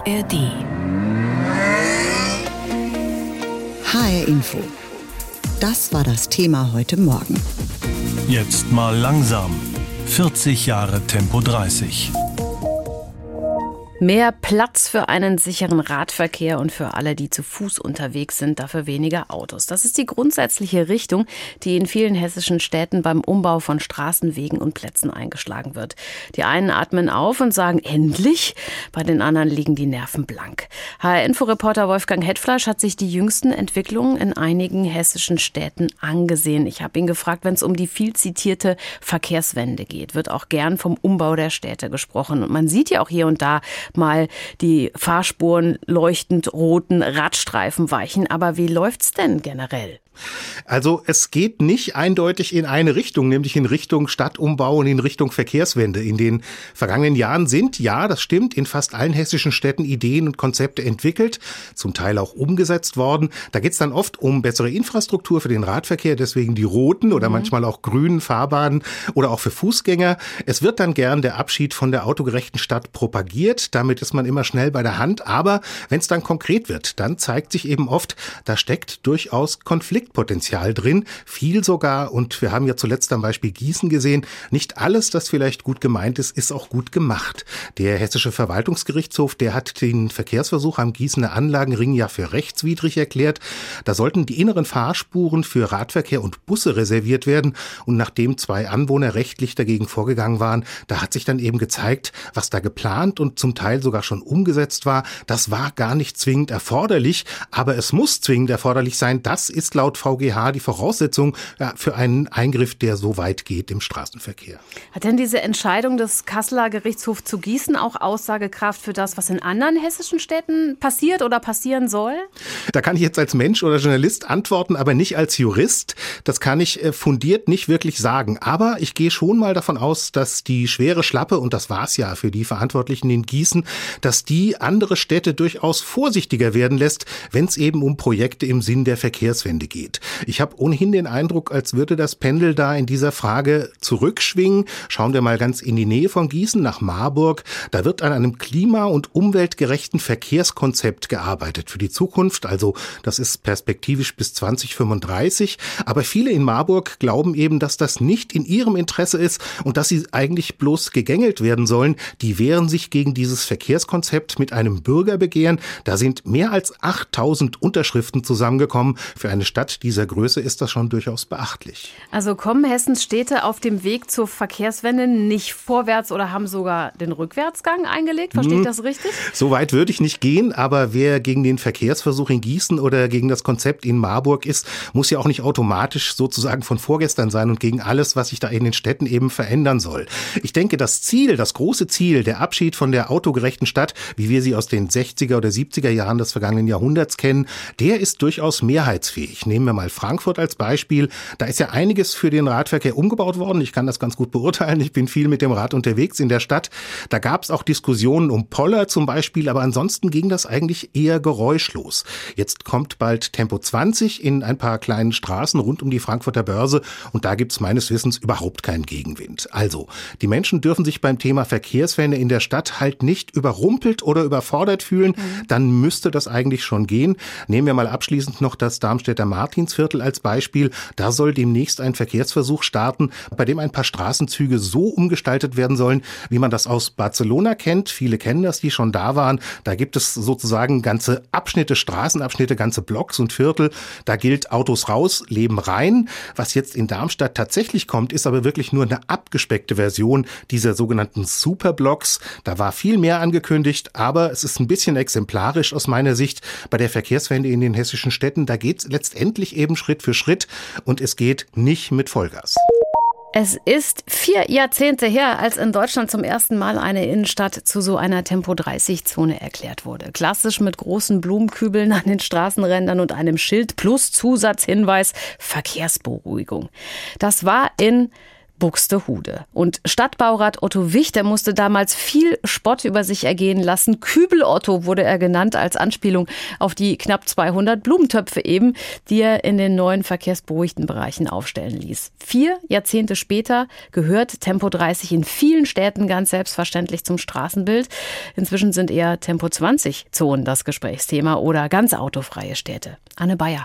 ARD. HR Info. Das war das Thema heute Morgen. Jetzt mal langsam. 40 Jahre Tempo 30. Mehr Platz für einen sicheren Radverkehr und für alle, die zu Fuß unterwegs sind, dafür weniger Autos. Das ist die grundsätzliche Richtung, die in vielen hessischen Städten beim Umbau von Straßen, Wegen und Plätzen eingeschlagen wird. Die einen atmen auf und sagen endlich, bei den anderen liegen die Nerven blank. HR-Info-Reporter Wolfgang Hetfleisch hat sich die jüngsten Entwicklungen in einigen hessischen Städten angesehen. Ich habe ihn gefragt, wenn es um die viel zitierte Verkehrswende geht, wird auch gern vom Umbau der Städte gesprochen. Und man sieht ja auch hier und da mal die Fahrspuren leuchtend roten Radstreifen weichen. Aber wie läuft's denn generell? Also es geht nicht eindeutig in eine Richtung, nämlich in Richtung Stadtumbau und in Richtung Verkehrswende. In den vergangenen Jahren sind, ja, das stimmt, in fast allen hessischen Städten Ideen und Konzepte entwickelt, zum Teil auch umgesetzt worden. Da geht es dann oft um bessere Infrastruktur für den Radverkehr, deswegen die roten oder manchmal auch grünen Fahrbahnen oder auch für Fußgänger. Es wird dann gern der Abschied von der autogerechten Stadt propagiert. Damit ist man immer schnell bei der Hand. Aber wenn es dann konkret wird, dann zeigt sich eben oft, da steckt durchaus Konfliktpotenzial drin, viel sogar. Und wir haben ja zuletzt am Beispiel Gießen gesehen, nicht alles, das vielleicht gut gemeint ist, ist auch gut gemacht. Der Hessische Verwaltungsgerichtshof, der hat den Verkehrsversuch am Gießener Anlagenring ja für rechtswidrig erklärt. Da sollten die inneren Fahrspuren für Radverkehr und Busse reserviert werden. Und nachdem 2 Anwohner rechtlich dagegen vorgegangen waren, da hat sich dann eben gezeigt, was da geplant und zum Teil sogar schon umgesetzt war. Das war gar nicht zwingend erforderlich, aber es muss zwingend erforderlich sein. Das ist laut VGH die Voraussetzung für einen Eingriff, der so weit geht im Straßenverkehr. Hat denn diese Entscheidung des Kasseler Gerichtshofs zu Gießen auch Aussagekraft für das, was in anderen hessischen Städten passiert oder passieren soll? Da kann ich jetzt als Mensch oder Journalist antworten, aber nicht als Jurist. Das kann ich fundiert nicht wirklich sagen. Aber ich gehe schon mal davon aus, dass die schwere Schlappe, und das war es ja für die Verantwortlichen in Gießen, dass die andere Städte durchaus vorsichtiger werden lässt, wenn es eben um Projekte im Sinn der Verkehrswende geht. Ich habe ohnehin den Eindruck, als würde das Pendel da in dieser Frage zurückschwingen. Schauen wir mal ganz in die Nähe von Gießen nach Marburg. Da wird an einem klima- und umweltgerechten Verkehrskonzept gearbeitet für die Zukunft. Also das ist perspektivisch bis 2035. Aber viele in Marburg glauben eben, dass das nicht in ihrem Interesse ist und dass sie eigentlich bloß gegängelt werden sollen. Die wehren sich gegen dieses Verkehrskonzept mit einem Bürgerbegehren. Da sind mehr als 8000 Unterschriften zusammengekommen. Für eine Stadt dieser Größe ist das schon durchaus beachtlich. Also kommen Hessens Städte auf dem Weg zur Verkehrswende nicht vorwärts oder haben sogar den Rückwärtsgang eingelegt? Verstehe ich das richtig? So weit würde ich nicht gehen, aber wer gegen den Verkehrsversuch in Gießen oder gegen das Konzept in Marburg ist, muss ja auch nicht automatisch sozusagen von vorgestern sein und gegen alles, was sich da in den Städten eben verändern soll. Ich denke, das Ziel, das große Ziel, der Abschied von der autogerechten Stadt, wie wir sie aus den 60er oder 70er Jahren des vergangenen Jahrhunderts kennen, der ist durchaus mehrheitsfähig. Nehmen wir mal Frankfurt als Beispiel. Da ist ja einiges für den Radverkehr umgebaut worden. Ich kann das ganz gut beurteilen. Ich bin viel mit dem Rad unterwegs in der Stadt. Da gab es auch Diskussionen um Poller zum Beispiel, aber ansonsten ging das eigentlich eher geräuschlos. Jetzt kommt bald Tempo 20 in ein paar kleinen Straßen rund um die Frankfurter Börse und da gibt es meines Wissens überhaupt keinen Gegenwind. Also, die Menschen dürfen sich beim Thema Verkehrswende in der Stadt halt nicht überrumpelt oder überfordert fühlen. Dann müsste das eigentlich schon gehen. Nehmen wir mal abschließend noch das Darmstädter Martinsviertel als Beispiel. Da soll demnächst ein Verkehrsversuch starten, bei dem ein paar Straßenzüge so umgestaltet werden sollen, wie man das aus Barcelona kennt. Viele kennen das, die schon da waren. Da gibt es sozusagen ganze Abschnitte, Straßenabschnitte, ganze Blocks und Viertel. Da gilt Autos raus, Leben rein. Was jetzt in Darmstadt tatsächlich kommt, ist aber wirklich nur eine abgespeckte Version dieser sogenannten Superblocks. Da war viel mehr angekündigt, aber es ist ein bisschen exemplarisch aus meiner Sicht bei der Verkehrswende in den hessischen Städten. Da geht es letztendlich eben Schritt für Schritt und es geht nicht mit Vollgas. Es ist 4 Jahrzehnte her, als in Deutschland zum ersten Mal eine Innenstadt zu so einer Tempo-30-Zone erklärt wurde. Klassisch mit großen Blumenkübeln an den Straßenrändern und einem Schild plus Zusatzhinweis Verkehrsberuhigung. Das war in Buxtehude. Und Stadtbaurat Otto Wicht, der musste damals viel Spott über sich ergehen lassen. Kübel-Otto wurde er genannt als Anspielung auf die knapp 200 Blumentöpfe eben, die er in den neuen verkehrsberuhigten Bereichen aufstellen ließ. 4 Jahrzehnte später gehört Tempo 30 in vielen Städten ganz selbstverständlich zum Straßenbild. Inzwischen sind eher Tempo-20-Zonen das Gesprächsthema oder ganz autofreie Städte. Anne Bayer.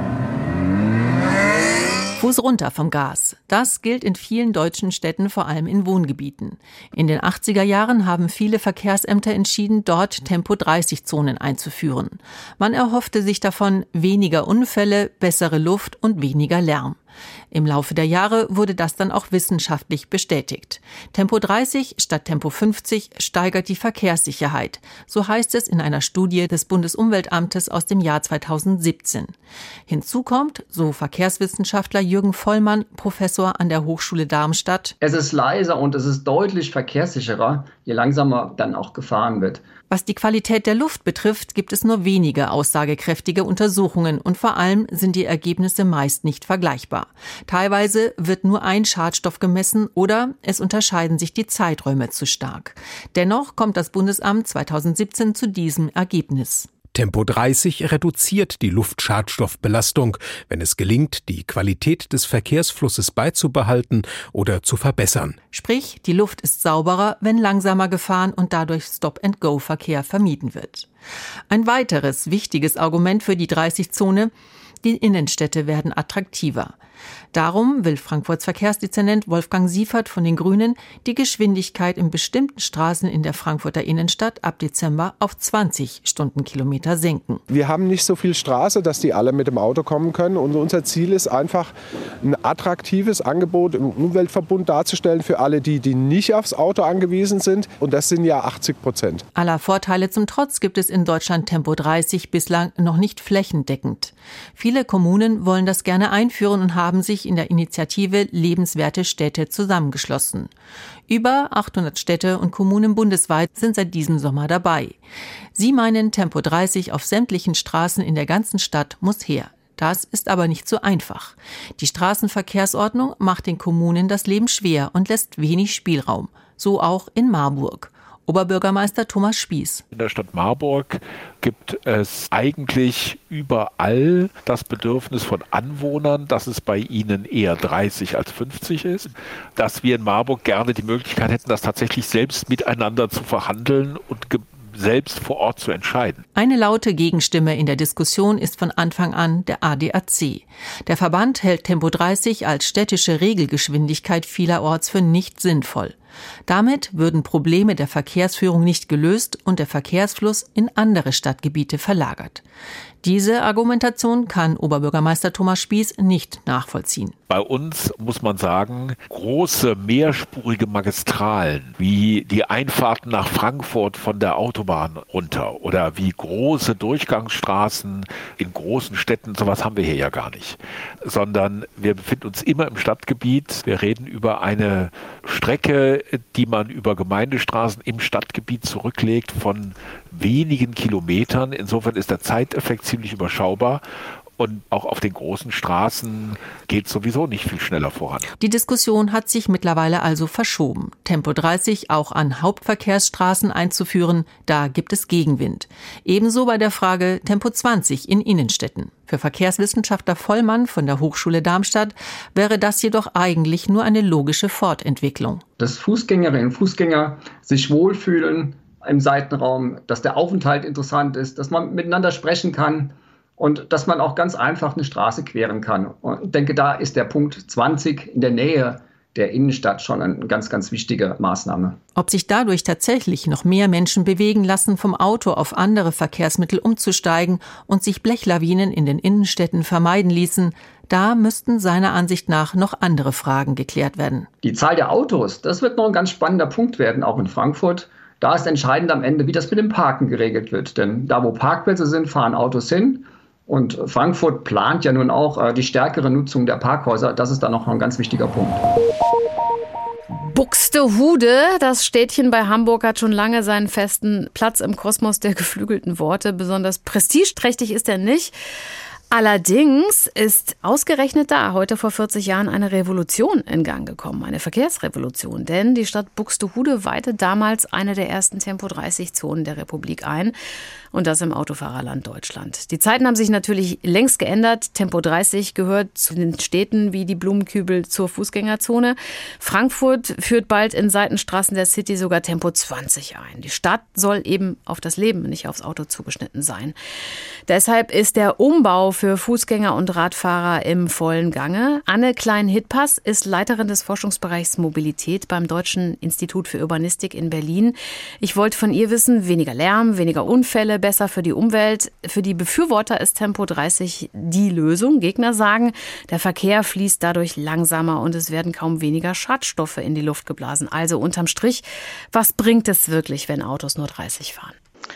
Fuß runter vom Gas. Das gilt in vielen deutschen Städten, vor allem in Wohngebieten. In den 80er Jahren haben viele Verkehrsämter entschieden, dort Tempo-30-Zonen einzuführen. Man erhoffte sich davon weniger Unfälle, bessere Luft und weniger Lärm. Im Laufe der Jahre wurde das dann auch wissenschaftlich bestätigt. Tempo 30 statt Tempo 50 steigert die Verkehrssicherheit. So heißt es in einer Studie des Bundesumweltamtes aus dem Jahr 2017. Hinzu kommt, so Verkehrswissenschaftler Jürgen Vollmann, Professor an der Hochschule Darmstadt: Es ist leiser und es ist deutlich verkehrssicherer, je langsamer dann auch gefahren wird. Was die Qualität der Luft betrifft, gibt es nur wenige aussagekräftige Untersuchungen und vor allem sind die Ergebnisse meist nicht vergleichbar. Teilweise wird nur ein Schadstoff gemessen oder es unterscheiden sich die Zeiträume zu stark. Dennoch kommt das Bundesamt 2017 zu diesem Ergebnis. Tempo 30 reduziert die Luftschadstoffbelastung, wenn es gelingt, die Qualität des Verkehrsflusses beizubehalten oder zu verbessern. Sprich, die Luft ist sauberer, wenn langsamer gefahren und dadurch Stop-and-Go-Verkehr vermieden wird. Ein weiteres wichtiges Argument für die 30-Zone: die Innenstädte werden attraktiver. Darum will Frankfurts Verkehrsdezernent Wolfgang Siefert von den Grünen die Geschwindigkeit in bestimmten Straßen in der Frankfurter Innenstadt ab Dezember auf 20 Stundenkilometer senken. Wir haben nicht so viel Straße, dass die alle mit dem Auto kommen können. Und unser Ziel ist einfach, ein attraktives Angebot im Umweltverbund darzustellen für alle die nicht aufs Auto angewiesen sind. Und das sind ja 80%. Aller Vorteile zum Trotz gibt es in Deutschland Tempo 30 bislang noch nicht flächendeckend. Viele Kommunen wollen das gerne einführen und haben sich in der Initiative Lebenswerte Städte zusammengeschlossen. Über 800 Städte und Kommunen bundesweit sind seit diesem Sommer dabei. Sie meinen, Tempo 30 auf sämtlichen Straßen in der ganzen Stadt muss her. Das ist aber nicht so einfach. Die Straßenverkehrsordnung macht den Kommunen das Leben schwer und lässt wenig Spielraum. So auch in Marburg. Oberbürgermeister Thomas Spieß. In der Stadt Marburg gibt es eigentlich überall das Bedürfnis von Anwohnern, dass es bei ihnen eher 30 als 50 ist. Dass wir in Marburg gerne die Möglichkeit hätten, das tatsächlich selbst miteinander zu verhandeln und selbst vor Ort zu entscheiden. Eine laute Gegenstimme in der Diskussion ist von Anfang an der ADAC. Der Verband hält Tempo 30 als städtische Regelgeschwindigkeit vielerorts für nicht sinnvoll. Damit würden Probleme der Verkehrsführung nicht gelöst und der Verkehrsfluss in andere Stadtgebiete verlagert. Diese Argumentation kann Oberbürgermeister Thomas Spieß nicht nachvollziehen. Bei uns muss man sagen, große mehrspurige Magistralen, wie die Einfahrten nach Frankfurt von der Autobahn runter oder wie große Durchgangsstraßen in großen Städten, sowas haben wir hier ja gar nicht. Sondern wir befinden uns immer im Stadtgebiet. Wir reden über eine Strecke, die man über Gemeindestraßen im Stadtgebiet zurücklegt von wenigen Kilometern. Insofern ist der Zeiteffekt ziemlich überschaubar. Und auch auf den großen Straßen geht sowieso nicht viel schneller voran. Die Diskussion hat sich mittlerweile also verschoben. Tempo 30 auch an Hauptverkehrsstraßen einzuführen, da gibt es Gegenwind. Ebenso bei der Frage Tempo 20 in Innenstädten. Für Verkehrswissenschaftler Vollmann von der Hochschule Darmstadt wäre das jedoch eigentlich nur eine logische Fortentwicklung. Dass Fußgängerinnen und Fußgänger sich wohlfühlen im Seitenraum, dass der Aufenthalt interessant ist, dass man miteinander sprechen kann. Und dass man auch ganz einfach eine Straße queren kann. Und ich denke, da ist der Punkt 20 in der Nähe der Innenstadt schon eine ganz, ganz wichtige Maßnahme. Ob sich dadurch tatsächlich noch mehr Menschen bewegen lassen, vom Auto auf andere Verkehrsmittel umzusteigen und sich Blechlawinen in den Innenstädten vermeiden ließen, da müssten seiner Ansicht nach noch andere Fragen geklärt werden. Die Zahl der Autos, das wird noch ein ganz spannender Punkt werden, auch in Frankfurt. Da ist entscheidend am Ende, wie das mit dem Parken geregelt wird. Denn da, wo Parkplätze sind, fahren Autos hin. Und Frankfurt plant ja nun auch die stärkere Nutzung der Parkhäuser. Das ist dann noch ein ganz wichtiger Punkt. Buxtehude, das Städtchen bei Hamburg, hat schon lange seinen festen Platz im Kosmos der geflügelten Worte. Besonders prestigeträchtig ist er nicht. Allerdings ist ausgerechnet da heute vor 40 Jahren eine Revolution in Gang gekommen, eine Verkehrsrevolution. Denn die Stadt Buxtehude weihte damals eine der ersten Tempo-30-Zonen der Republik ein. Und das im Autofahrerland Deutschland. Die Zeiten haben sich natürlich längst geändert. Tempo 30 gehört zu den Städten wie die Blumenkübel zur Fußgängerzone. Frankfurt führt bald in Seitenstraßen der City sogar Tempo 20 ein. Die Stadt soll eben auf das Leben, nicht aufs Auto zugeschnitten sein. Deshalb ist der Umbau für Fußgänger und Radfahrer im vollen Gange. Anne Klein-Hittpass ist Leiterin des Forschungsbereichs Mobilität beim Deutschen Institut für Urbanistik in Berlin. Ich wollte von ihr wissen, weniger Lärm, weniger Unfälle, besser für die Umwelt. Für die Befürworter ist Tempo 30 die Lösung. Gegner sagen, der Verkehr fließt dadurch langsamer und es werden kaum weniger Schadstoffe in die Luft geblasen. Also unterm Strich, was bringt es wirklich, wenn Autos nur 30 fahren?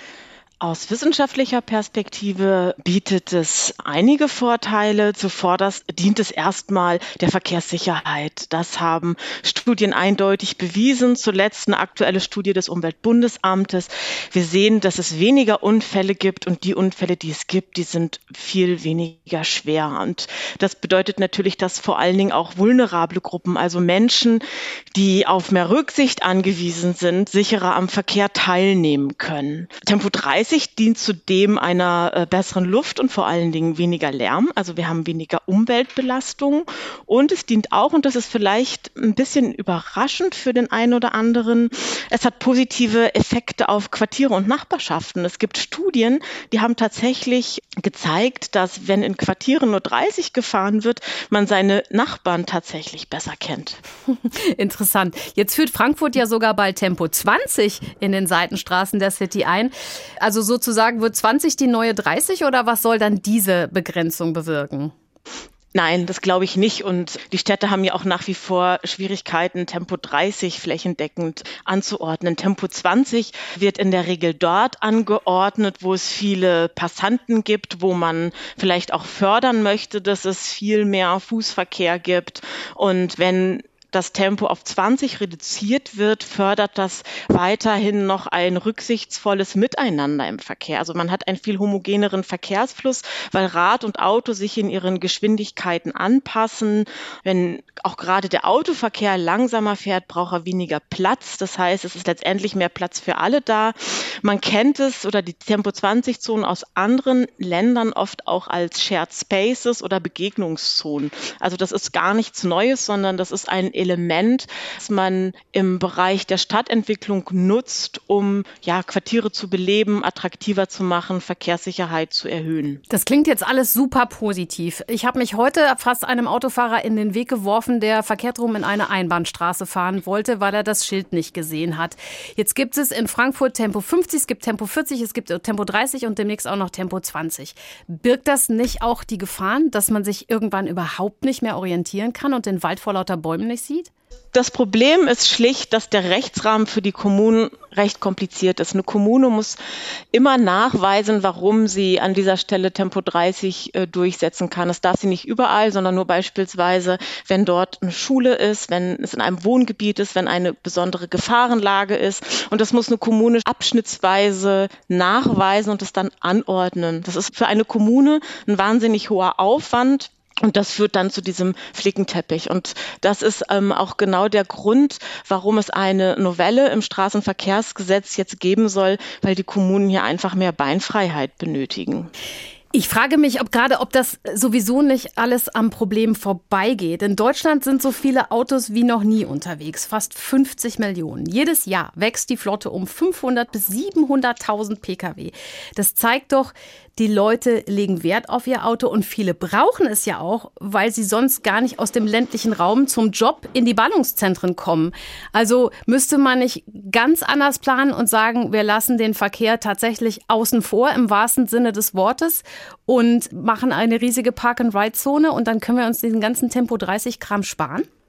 Aus wissenschaftlicher Perspektive bietet es einige Vorteile. Zuvorderst dient es erstmal der Verkehrssicherheit. Das haben Studien eindeutig bewiesen. Zuletzt eine aktuelle Studie des Umweltbundesamtes. Wir sehen, dass es weniger Unfälle gibt und die Unfälle, die es gibt, die sind viel weniger schwer. Und das bedeutet natürlich, dass vor allen Dingen auch vulnerable Gruppen, also Menschen, die auf mehr Rücksicht angewiesen sind, sicherer am Verkehr teilnehmen können. Tempo 30 dient zudem einer besseren Luft und vor allen Dingen weniger Lärm. Also wir haben weniger Umweltbelastung. Und es dient auch, und das ist vielleicht ein bisschen überraschend für den einen oder anderen, es hat positive Effekte auf Quartiere und Nachbarschaften. Es gibt Studien, die haben tatsächlich gezeigt, dass wenn in Quartieren nur 30 gefahren wird, man seine Nachbarn tatsächlich besser kennt. Interessant. Jetzt führt Frankfurt ja sogar bald Tempo 20 in den Seitenstraßen der City ein. Also sozusagen wird 20 die neue 30 oder was soll dann diese Begrenzung bewirken? Nein, das glaube ich nicht. Und die Städte haben ja auch nach wie vor Schwierigkeiten, Tempo 30 flächendeckend anzuordnen. Tempo 20 wird in der Regel dort angeordnet, wo es viele Passanten gibt, wo man vielleicht auch fördern möchte, dass es viel mehr Fußverkehr gibt. Und wenn das Tempo auf 20 reduziert wird, fördert das weiterhin noch ein rücksichtsvolles Miteinander im Verkehr. Also man hat einen viel homogeneren Verkehrsfluss, weil Rad und Auto sich in ihren Geschwindigkeiten anpassen. Wenn auch gerade der Autoverkehr langsamer fährt, braucht er weniger Platz. Das heißt, es ist letztendlich mehr Platz für alle da. Man kennt es oder die Tempo-20-Zonen aus anderen Ländern oft auch als Shared Spaces oder Begegnungszonen. Also das ist gar nichts Neues, sondern das ist ein Element, das man im Bereich der Stadtentwicklung nutzt, um Quartiere zu beleben, attraktiver zu machen, Verkehrssicherheit zu erhöhen. Das klingt jetzt alles super positiv. Ich habe mich heute fast einem Autofahrer in den Weg geworfen, der verkehrt rum in eine Einbahnstraße fahren wollte, weil er das Schild nicht gesehen hat. Jetzt gibt es in Frankfurt Tempo 50, es gibt Tempo 40, es gibt Tempo 30 und demnächst auch noch Tempo 20. Birgt das nicht auch die Gefahren, dass man sich irgendwann überhaupt nicht mehr orientieren kann und den Wald vor lauter Bäumen nicht sieht? Das Problem ist schlicht, dass der Rechtsrahmen für die Kommunen recht kompliziert ist. Eine Kommune muss immer nachweisen, warum sie an dieser Stelle Tempo 30 durchsetzen kann. Das darf sie nicht überall, sondern nur beispielsweise, wenn dort eine Schule ist, wenn es in einem Wohngebiet ist, wenn eine besondere Gefahrenlage ist. Und das muss eine Kommune abschnittsweise nachweisen und es dann anordnen. Das ist für eine Kommune ein wahnsinnig hoher Aufwand. Und das führt dann zu diesem Flickenteppich. Und das ist auch genau der Grund, warum es eine Novelle im Straßenverkehrsgesetz jetzt geben soll, weil die Kommunen hier einfach mehr Beinfreiheit benötigen. Ich frage mich, ob das sowieso nicht alles am Problem vorbeigeht. In Deutschland sind so viele Autos wie noch nie unterwegs, fast 50 Millionen. Jedes Jahr wächst die Flotte um 500 bis 700.000 Pkw. Das zeigt doch, die Leute legen Wert auf ihr Auto und viele brauchen es ja auch, weil sie sonst gar nicht aus dem ländlichen Raum zum Job in die Ballungszentren kommen. Also müsste man nicht ganz anders planen und sagen, wir lassen den Verkehr tatsächlich außen vor im wahrsten Sinne des Wortes und machen eine riesige Park-and-Ride-Zone und dann können wir uns diesen ganzen Tempo-30-Kram sparen?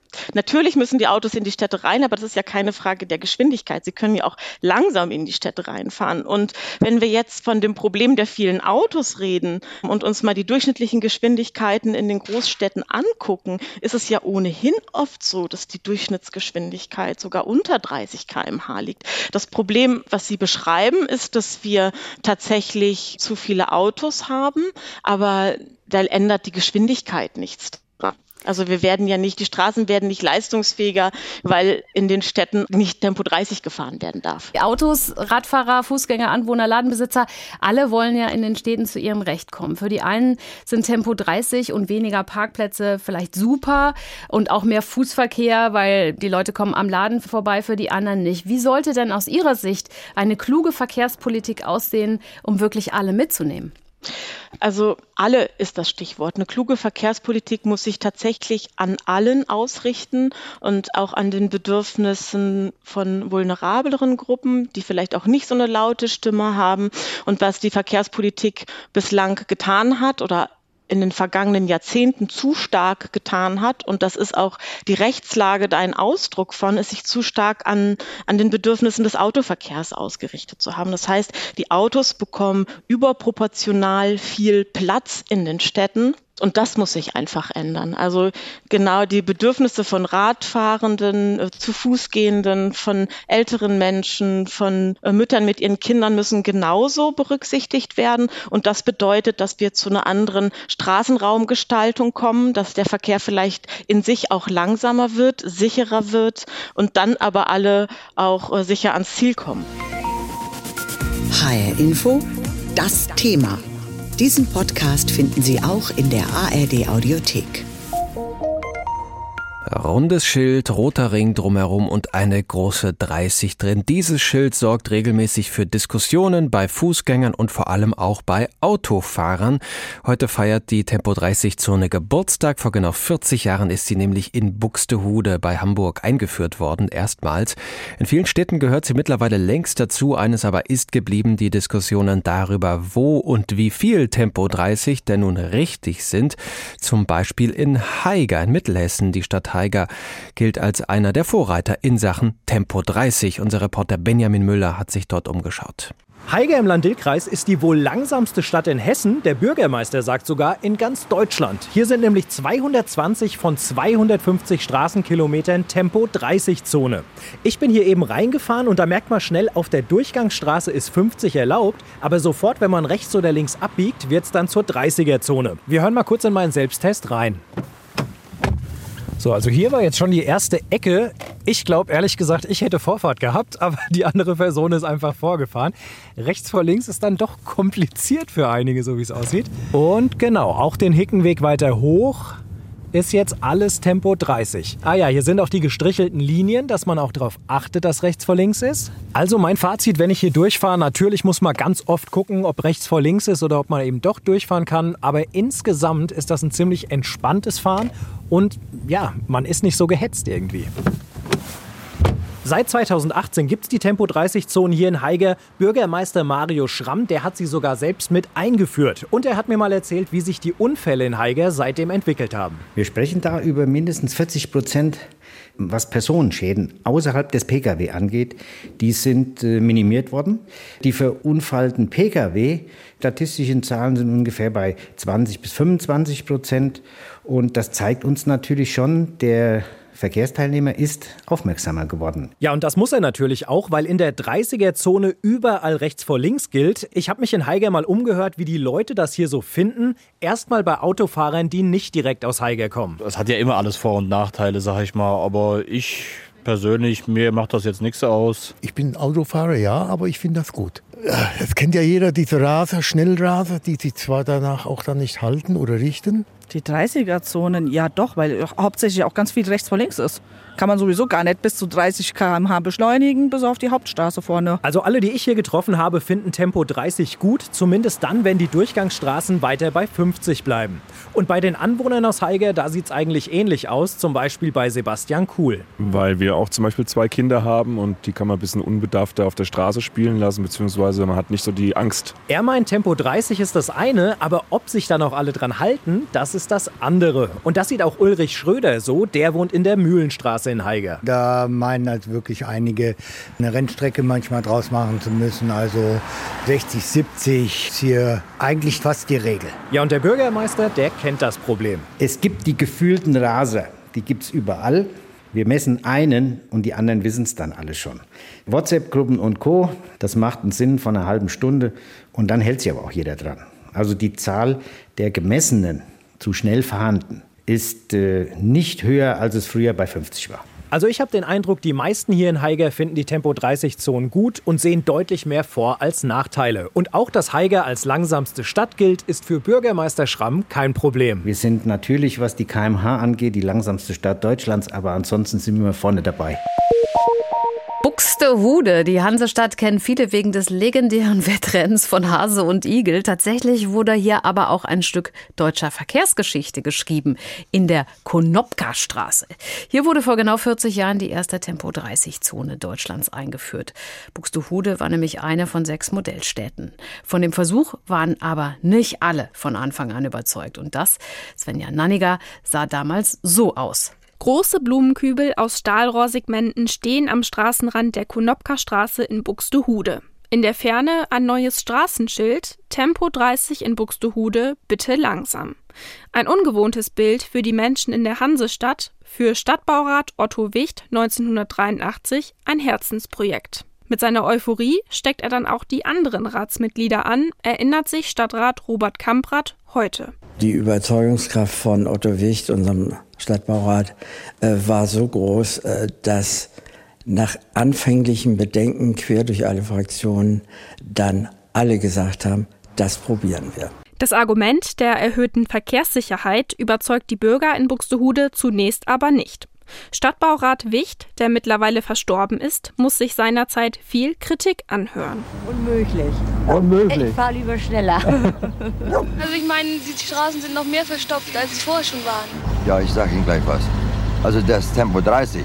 Natürlich müssen die Autos in die Städte rein, aber das ist ja keine Frage der Geschwindigkeit. Sie können ja auch langsam in die Städte reinfahren. Und wenn wir jetzt von dem Problem der vielen Autos reden und uns mal die durchschnittlichen Geschwindigkeiten in den Großstädten angucken, ist es ja ohnehin oft so, dass die Durchschnittsgeschwindigkeit sogar unter 30 km/h liegt. Das Problem, was Sie beschreiben, ist, dass wir tatsächlich zu viele Autos haben, aber da ändert die Geschwindigkeit nichts. Also die Straßen werden nicht leistungsfähiger, weil in den Städten nicht Tempo 30 gefahren werden darf. Autos, Radfahrer, Fußgänger, Anwohner, Ladenbesitzer, alle wollen ja in den Städten zu ihrem Recht kommen. Für die einen sind Tempo 30 und weniger Parkplätze vielleicht super und auch mehr Fußverkehr, weil die Leute kommen am Laden vorbei, für die anderen nicht. Wie sollte denn aus Ihrer Sicht eine kluge Verkehrspolitik aussehen, um wirklich alle mitzunehmen? Also alle ist das Stichwort. Eine kluge Verkehrspolitik muss sich tatsächlich an allen ausrichten und auch an den Bedürfnissen von vulnerableren Gruppen, die vielleicht auch nicht so eine laute Stimme haben. Und was die Verkehrspolitik bislang getan hat oder in den vergangenen Jahrzehnten zu stark getan hat, und das ist auch die Rechtslage da ein Ausdruck von, ist sich zu stark an den Bedürfnissen des Autoverkehrs ausgerichtet zu haben. Das heißt, die Autos bekommen überproportional viel Platz in den Städten. Und das muss sich einfach ändern. Also genau die Bedürfnisse von Radfahrenden, zu Fußgehenden, von älteren Menschen, von Müttern mit ihren Kindern müssen genauso berücksichtigt werden. Und das bedeutet, dass wir zu einer anderen Straßenraumgestaltung kommen, dass der Verkehr vielleicht in sich auch langsamer wird, sicherer wird und dann aber alle auch sicher ans Ziel kommen. HR Info, das Thema. Diesen Podcast finden Sie auch in der ARD-Audiothek. Rundes Schild, roter Ring drumherum und eine große 30 drin. Dieses Schild sorgt regelmäßig für Diskussionen bei Fußgängern und vor allem auch bei Autofahrern. Heute feiert die Tempo-30-Zone Geburtstag. Vor genau 40 Jahren ist sie nämlich in Buxtehude bei Hamburg eingeführt worden, erstmals. In vielen Städten gehört sie mittlerweile längst dazu. Eines aber ist geblieben, die Diskussionen darüber, wo und wie viel Tempo-30 denn nun richtig sind. Zum Beispiel in Haiger in Mittelhessen. Die Stadt Haiger gilt als einer der Vorreiter in Sachen Tempo 30. Unser Reporter Benjamin Müller hat sich dort umgeschaut. Haiger im Lahn-Dill-Kreis ist die wohl langsamste Stadt in Hessen. Der Bürgermeister sagt sogar in ganz Deutschland. Hier sind nämlich 220 von 250 Straßenkilometern Tempo-30-Zone. Ich bin hier eben reingefahren und da merkt man schnell, auf der Durchgangsstraße ist 50 erlaubt. Aber sofort, wenn man rechts oder links abbiegt, wird es dann zur 30er-Zone. Wir hören mal kurz in meinen Selbsttest rein. So, also hier war jetzt schon die erste Ecke. Ich glaube, ehrlich gesagt, ich hätte Vorfahrt gehabt, aber die andere Person ist einfach vorgefahren. Rechts vor links ist dann doch kompliziert für einige, so wie es aussieht. Und genau, auch den Hickenweg weiter hoch ist jetzt alles Tempo 30. Ah ja, hier sind auch die gestrichelten Linien, dass man auch darauf achtet, dass rechts vor links ist. Also mein Fazit, wenn ich hier durchfahre, natürlich muss man ganz oft gucken, ob rechts vor links ist oder ob man eben doch durchfahren kann. Aber insgesamt ist das ein ziemlich entspanntes Fahren und ja, man ist nicht so gehetzt irgendwie. Seit 2018 gibt es die Tempo-30-Zonen hier in Haiger. Bürgermeister Mario Schramm, der hat sie sogar selbst mit eingeführt. Und er hat mir mal erzählt, wie sich die Unfälle in Haiger seitdem entwickelt haben. Wir sprechen da über mindestens 40%, was Personenschäden außerhalb des Pkw angeht. Die sind minimiert worden. Die verunfallten Pkw, statistischen Zahlen sind ungefähr bei 20-25%. Und das zeigt uns natürlich schon, der Verkehrsteilnehmer ist aufmerksamer geworden. Ja, und das muss er natürlich auch, weil in der 30er-Zone überall rechts vor links gilt. Ich habe mich in Haiger mal umgehört, wie die Leute das hier so finden. Erstmal bei Autofahrern, die nicht direkt aus Haiger kommen. Es hat ja immer alles Vor- und Nachteile, sag ich mal. Aber ich persönlich, mir macht das jetzt nichts aus. Ich bin Autofahrer, ja, aber ich finde das gut. Es kennt ja jeder diese Raser, Schnellraser, die sich zwar danach auch dann nicht halten oder richten. Die 30er-Zonen, ja doch, weil hauptsächlich auch ganz viel rechts vor links ist. Kann man sowieso gar nicht bis zu 30 km/h beschleunigen, bis auf die Hauptstraße vorne. Also alle, die ich hier getroffen habe, finden Tempo 30 gut, zumindest dann, wenn die Durchgangsstraßen weiter bei 50 bleiben. Und bei den Anwohnern aus Haiger, da sieht es eigentlich ähnlich aus, zum Beispiel bei Sebastian Kuhl. Weil wir auch zum Beispiel 2 Kinder haben und die kann man ein bisschen unbedarfter auf der Straße spielen lassen, beziehungsweise man hat nicht so die Angst. Er meint, Tempo 30 ist das eine, aber ob sich dann auch alle dran halten, das ist ist das andere. Und das sieht auch Ulrich Schröder so. Der wohnt in der Mühlenstraße in Haiger. Da meinen also wirklich einige, eine Rennstrecke manchmal draus machen zu müssen. Also 60, 70 ist hier eigentlich fast die Regel. Ja, und der Bürgermeister, der kennt das Problem. Es gibt die gefühlten Raser. Die gibt es überall. Wir messen einen und die anderen wissen es dann alle schon. WhatsApp-Gruppen und Co., das macht einen Sinn von einer halben Stunde und dann hält sich aber auch jeder dran. Also die Zahl der Gemessenen zu schnell fahrenden ist nicht höher, als es früher bei 50 war. Also ich habe den Eindruck, die meisten hier in Haiger finden die Tempo-30-Zonen gut und sehen deutlich mehr Vor- als Nachteile. Und auch, dass Haiger als langsamste Stadt gilt, ist für Bürgermeister Schramm kein Problem. Wir sind natürlich, was die km/h angeht, die langsamste Stadt Deutschlands, aber ansonsten sind wir vorne dabei. Buxtehude. Die Hansestadt kennen viele wegen des legendären Wettrennens von Hase und Igel. Tatsächlich wurde hier aber auch ein Stück deutscher Verkehrsgeschichte geschrieben, in der Konopka-Straße. Hier wurde vor genau 40 Jahren die erste Tempo-30-Zone Deutschlands eingeführt. Buxtehude war nämlich eine von 6 Modellstädten. Von dem Versuch waren aber nicht alle von Anfang an überzeugt. Und das, Svenja Nanniger, sah damals so aus. Große Blumenkübel aus Stahlrohrsegmenten stehen am Straßenrand der Konopka-Straße in Buxtehude. In der Ferne ein neues Straßenschild, Tempo 30 in Buxtehude, bitte langsam. Ein ungewohntes Bild für die Menschen in der Hansestadt, für Stadtbaurat Otto Wicht 1983 ein Herzensprojekt. Mit seiner Euphorie steckt er dann auch die anderen Ratsmitglieder an, erinnert sich Stadtrat Robert Kamprad heute. Die Überzeugungskraft von Otto Wicht, unserem Stadtbaurat, war so groß, dass nach anfänglichem Bedenken quer durch alle Fraktionen dann alle gesagt haben, das probieren wir. Das Argument der erhöhten Verkehrssicherheit überzeugt die Bürger in Buxtehude zunächst aber nicht. Stadtbaurat Wicht, der mittlerweile verstorben ist, muss sich seinerzeit viel Kritik anhören. Unmöglich. Unmöglich. Ich fahre lieber schneller. Also ich meine, die Straßen sind noch mehr verstopft, als sie vorher schon waren. Ja, ich sage Ihnen gleich was. Also das Tempo 30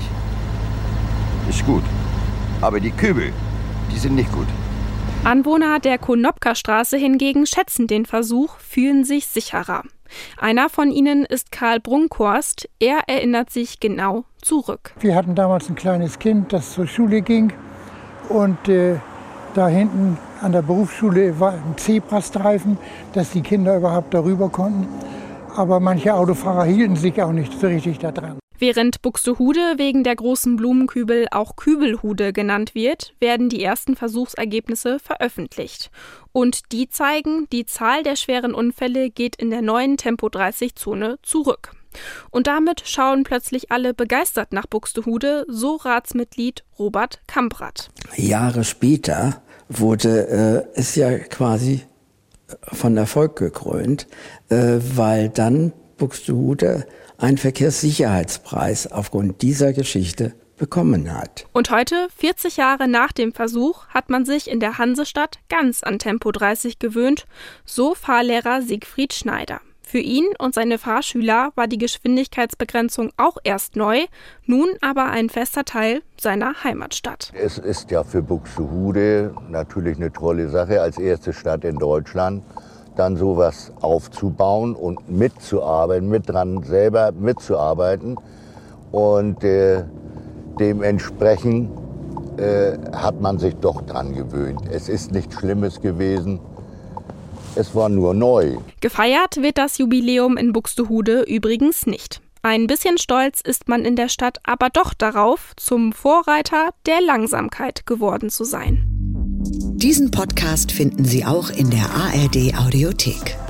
ist gut, aber die Kübel, die sind nicht gut. Anwohner der Konopka-Straße hingegen schätzen den Versuch, fühlen sich sicherer. Einer von ihnen ist Karl Brunkhorst. Er erinnert sich genau zurück. Wir hatten damals ein kleines Kind, das zur Schule ging. Und da hinten an der Berufsschule war ein Zebrastreifen, dass die Kinder überhaupt darüber konnten. Aber manche Autofahrer hielten sich auch nicht so richtig da dran. Während Buxtehude wegen der großen Blumenkübel auch Kübelhude genannt wird, werden die ersten Versuchsergebnisse veröffentlicht. Und die zeigen, die Zahl der schweren Unfälle geht in der neuen Tempo-30-Zone zurück. Und damit schauen plötzlich alle begeistert nach Buxtehude, so Ratsmitglied Robert Kamprad. Jahre später wurde es ja quasi von Erfolg gekrönt, weil dann Buxtehude einen Verkehrssicherheitspreis aufgrund dieser Geschichte bekommen hat. Und heute, 40 Jahre nach dem Versuch, hat man sich in der Hansestadt ganz an Tempo 30 gewöhnt, so Fahrlehrer Siegfried Schneider. Für ihn und seine Fahrschüler war die Geschwindigkeitsbegrenzung auch erst neu, nun aber ein fester Teil seiner Heimatstadt. Es ist ja für Buxtehude natürlich eine tolle Sache, als erste Stadt in Deutschland dann sowas aufzubauen und mitzuarbeiten, selber mitzuarbeiten. Und dementsprechend hat man sich doch dran gewöhnt. Es ist nichts Schlimmes gewesen. Es war nur neu. Gefeiert wird das Jubiläum in Buxtehude übrigens nicht. Ein bisschen stolz ist man in der Stadt aber doch darauf, zum Vorreiter der Langsamkeit geworden zu sein. Diesen Podcast finden Sie auch in der ARD Audiothek.